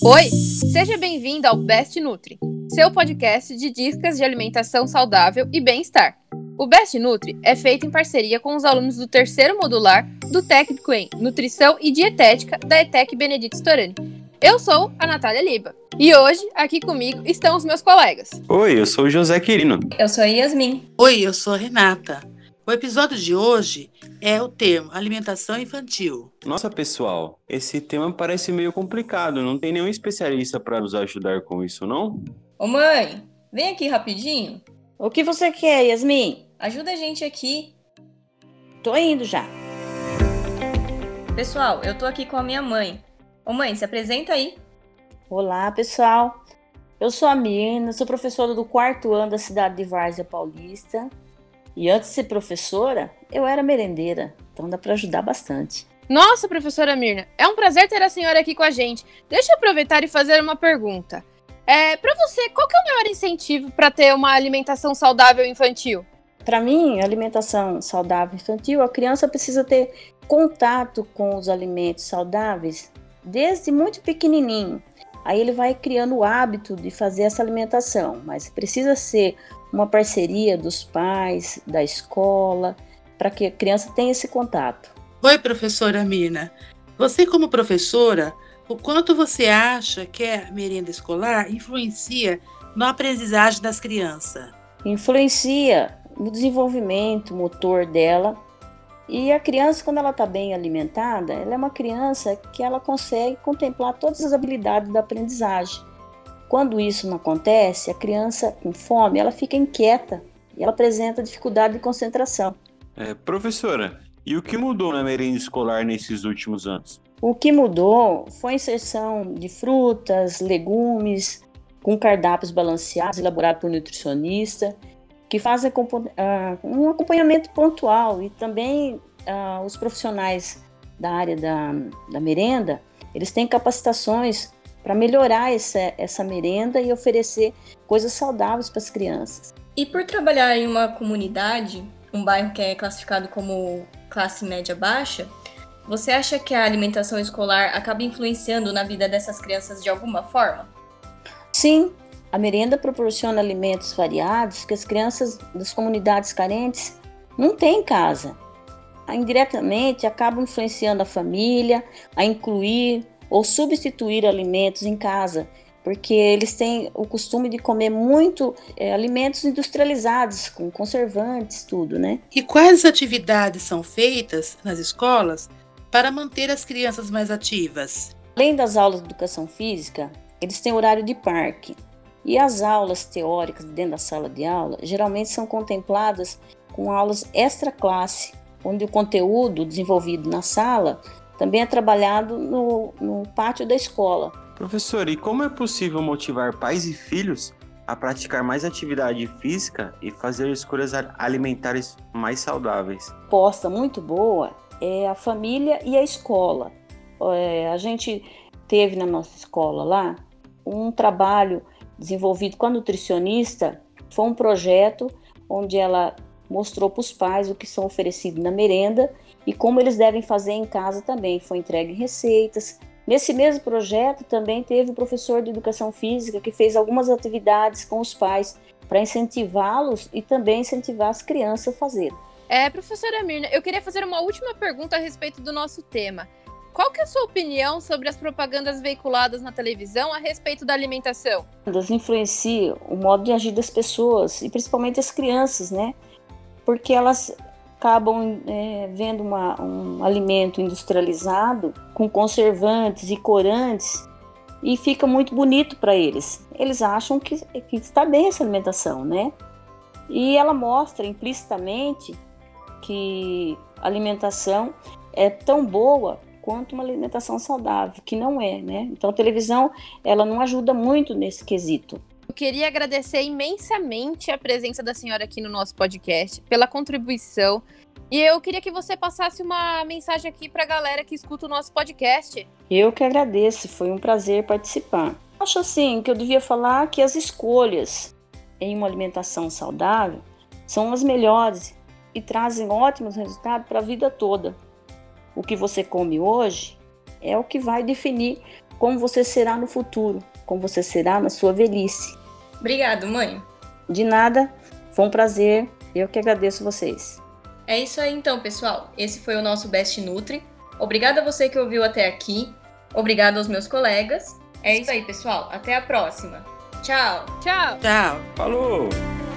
Oi, seja bem-vindo ao Best Nutri, seu podcast de dicas de alimentação saudável e bem-estar. O Best Nutri é feito em parceria com os alunos do terceiro modular do técnico em Nutrição e Dietética da ETEC Benedito Storani. Eu sou a Natália Liba e hoje aqui comigo estão os meus colegas. Oi, eu sou o José Quirino. Eu sou a Yasmin. Oi, eu sou a Renata. O episódio de hoje é o termo alimentação infantil. Nossa, pessoal, esse tema parece meio complicado. Não tem nenhum especialista para nos ajudar com isso, não? Ô mãe, vem aqui rapidinho. O que você quer, Yasmin? Ajuda a gente aqui. Tô indo já. Pessoal, eu tô aqui com a minha mãe. Ô mãe, se apresenta aí. Olá, pessoal. Eu sou a Mirna, sou professora do 4º ano da cidade de Várzea Paulista. E antes de ser professora, eu era merendeira, então dá para ajudar bastante. Nossa, professora Mirna, é um prazer ter a senhora aqui com a gente. Deixa eu aproveitar e fazer uma pergunta. Para você, qual que é o maior incentivo para ter uma alimentação saudável infantil? Para mim, a alimentação saudável infantil, a criança precisa ter contato com os alimentos saudáveis desde muito pequenininho. Aí ele vai criando o hábito de fazer essa alimentação, mas precisa ser uma parceria dos pais, da escola, para que a criança tenha esse contato. Oi, professora Mirna. Você, como professora, o quanto você acha que a merenda escolar influencia na aprendizagem das crianças? Influencia no desenvolvimento motor dela. E a criança, quando ela está bem alimentada, ela é uma criança que ela consegue contemplar todas as habilidades da aprendizagem. Quando isso não acontece, a criança com fome, ela fica inquieta e ela apresenta dificuldade de concentração. Professora, e o que mudou na merenda escolar nesses últimos anos? O que mudou foi a inserção de frutas, legumes, com cardápios balanceados, elaborados por nutricionista, que fazem um acompanhamento pontual. E também os profissionais da área da merenda, eles têm capacitações para melhorar essa merenda e oferecer coisas saudáveis para as crianças. E por trabalhar em uma comunidade, um bairro que é classificado como classe média baixa, você acha que a alimentação escolar acaba influenciando na vida dessas crianças de alguma forma? Sim, a merenda proporciona alimentos variados que as crianças das comunidades carentes não têm em casa. Indiretamente, acabam influenciando a família a incluir ou substituir alimentos em casa, porque eles têm o costume de comer muito alimentos industrializados, com conservantes, tudo, né? E quais atividades são feitas nas escolas para manter as crianças mais ativas? Além das aulas de educação física, eles têm horário de parque. E as aulas teóricas dentro da sala de aula, geralmente são contempladas com aulas extra classe, onde o conteúdo desenvolvido na sala também é trabalhado no pátio da escola. Professor, e como é possível motivar pais e filhos a praticar mais atividade física e fazer escolhas alimentares mais saudáveis? Aposta muito boa é a família e a escola. A gente teve na nossa escola lá um trabalho desenvolvido com a nutricionista. Foi um projeto onde ela mostrou para os pais o que são oferecidos na merenda e como eles devem fazer em casa também. Foi entregue receitas. Nesse mesmo projeto também teve o professor de educação física que fez algumas atividades com os pais para incentivá-los e também incentivar as crianças a fazerem. Professora Mirna, eu queria fazer uma última pergunta a respeito do nosso tema. Qual que é a sua opinião sobre as propagandas veiculadas na televisão a respeito da alimentação? Elas influenciam o modo de agir das pessoas e principalmente as crianças, né? Porque elas acabam vendo um alimento industrializado com conservantes e corantes e fica muito bonito para eles. Eles acham que está bem essa alimentação, né? E ela mostra implicitamente que a alimentação é tão boa quanto uma alimentação saudável, que não é, né? Então a televisão, ela não ajuda muito nesse quesito. Eu queria agradecer imensamente a presença da senhora aqui no nosso podcast, pela contribuição. E eu queria que você passasse uma mensagem aqui para a galera que escuta o nosso podcast. Eu que agradeço, foi um prazer participar. Acho assim que eu devia falar que as escolhas em uma alimentação saudável são as melhores e trazem ótimos resultados para a vida toda. O que você come hoje é o que vai definir como você será no futuro, como você será na sua velhice. Obrigado, mãe. De nada, foi um prazer, eu que agradeço vocês. É isso aí então, pessoal. Esse foi o nosso Best Nutri. Obrigada a você que ouviu até aqui. Obrigado aos meus colegas. É isso aí, pessoal. Até a próxima. Tchau. Tchau. Tchau. Falou!